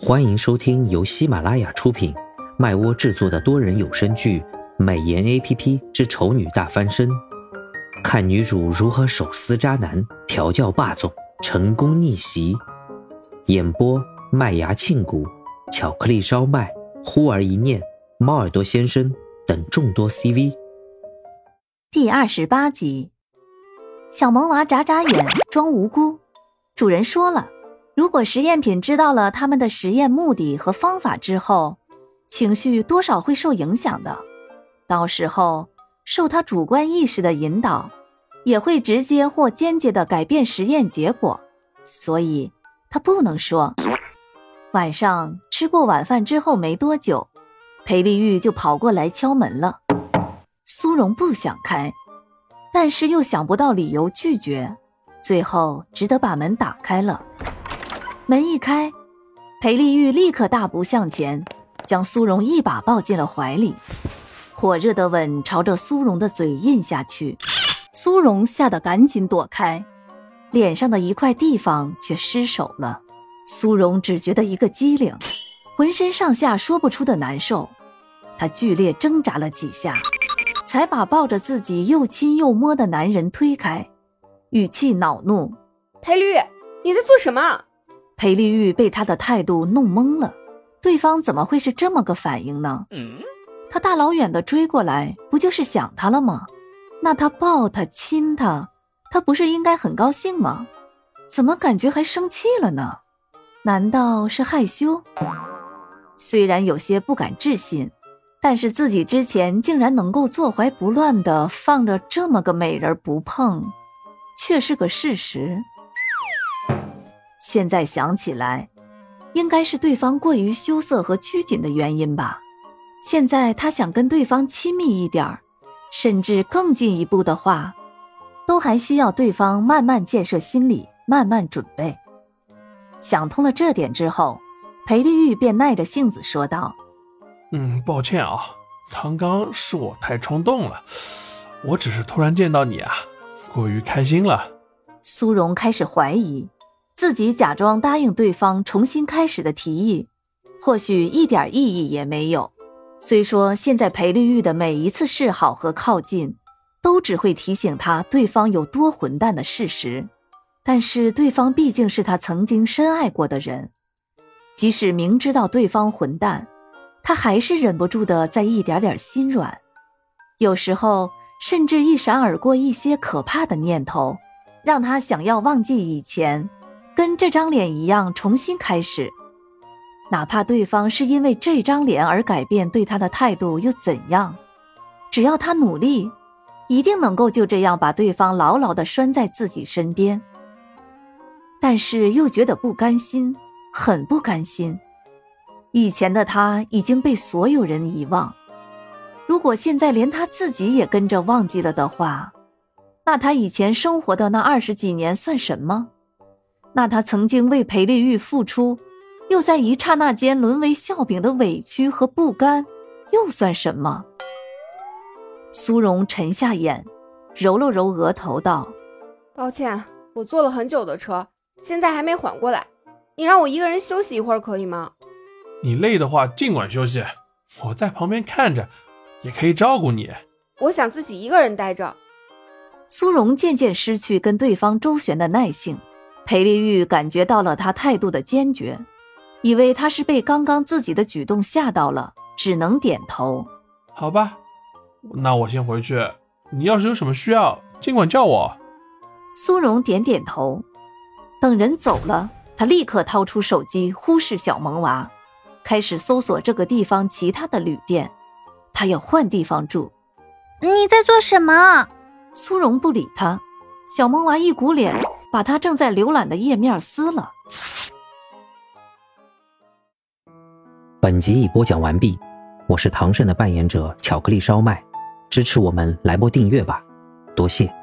欢迎收听由喜马拉雅出品，麦窝制作的多人有声剧《美颜 APP 之丑女大翻身》，看女主如何手撕渣男，调教霸总，成功逆袭。演播：麦芽庆谷、巧克力烧麦、忽而一念、猫耳朵先生等众多 CV。 第28集，小萌娃眨眨眼，装无辜。主人说了，如果实验品知道了他们的实验目的和方法之后，情绪多少会受影响的。到时候受他主观意识的引导，也会直接或间接的改变实验结果，所以他不能说。晚上吃过晚饭之后没多久，裴丽玉就跑过来敲门了。苏荣不想开，但是又想不到理由拒绝，最后只得把门打开了。门一开，裴丽玉立刻大步向前，将苏荣一把抱进了怀里，火热的吻朝着苏荣的嘴印下去。苏荣吓得赶紧躲开，脸上的一块地方却失手了。苏荣只觉得一个激灵，浑身上下说不出的难受。他剧烈挣扎了几下，才把抱着自己又亲又摸的男人推开，语气恼怒： 裴丽玉，你在做什么？ 裴丽玉被他的态度弄懵了，对方怎么会是这么个反应呢？他大老远的追过来，不就是想他了吗？那他抱他亲他，他不是应该很高兴吗？怎么感觉还生气了呢？难道是害羞？虽然有些不敢置信，但是自己之前竟然能够坐怀不乱的放着这么个美人不碰，却是个事实。现在想起来，应该是对方过于羞涩和拘谨的原因吧。现在他想跟对方亲密一点，甚至更进一步的话，都还需要对方慢慢建设心理，慢慢准备。想通了这点之后，裴丽玉便耐着性子说道： 抱歉啊，刚刚是我太冲动了，我只是突然见到你啊，过于开心了。 苏荣开始怀疑自己假装答应对方重新开始的提议，或许一点意义也没有。虽说现在裴丽玉的每一次示好和靠近，都只会提醒他对方有多混蛋的事实，但是对方毕竟是他曾经深爱过的人，即使明知道对方混蛋，他还是忍不住的在一点点心软。有时候甚至一闪而过一些可怕的念头，让他想要忘记以前，跟这张脸一样重新开始。哪怕对方是因为这张脸而改变对他的态度又怎样？只要他努力，一定能够就这样把对方牢牢地拴在自己身边。但是又觉得不甘心，很不甘心。以前的他已经被所有人遗忘，如果现在连他自己也跟着忘记了的话，那他以前生活的那20几年算什么？那他曾经为裴丽玉付出，又在一刹那间沦为笑柄的委屈和不甘，又算什么？苏荣沉下眼，揉了揉额头道： 抱歉，我坐了很久的车，现在还没缓过来，你让我一个人休息一会儿可以吗？ 你累的话尽管休息，我在旁边看着，也可以照顾你。 我想自己一个人待着。 苏荣渐渐失去跟对方周旋的耐性，裴丽玉感觉到了他态度的坚决，以为他是被刚刚自己的举动吓到了，只能点头。 好吧，那我先回去，你要是有什么需要尽管叫我。 苏荣点点头。等人走了，他立刻掏出手机，忽视小萌娃，开始搜索这个地方其他的旅店，他要换地方住。 你在做什么？ 苏荣不理他，小萌娃一股脸把他正在浏览的页面撕了。 本集已播讲完毕，我是唐胜的扮演者巧克力烧麦，支持我们来波订阅吧，多谢。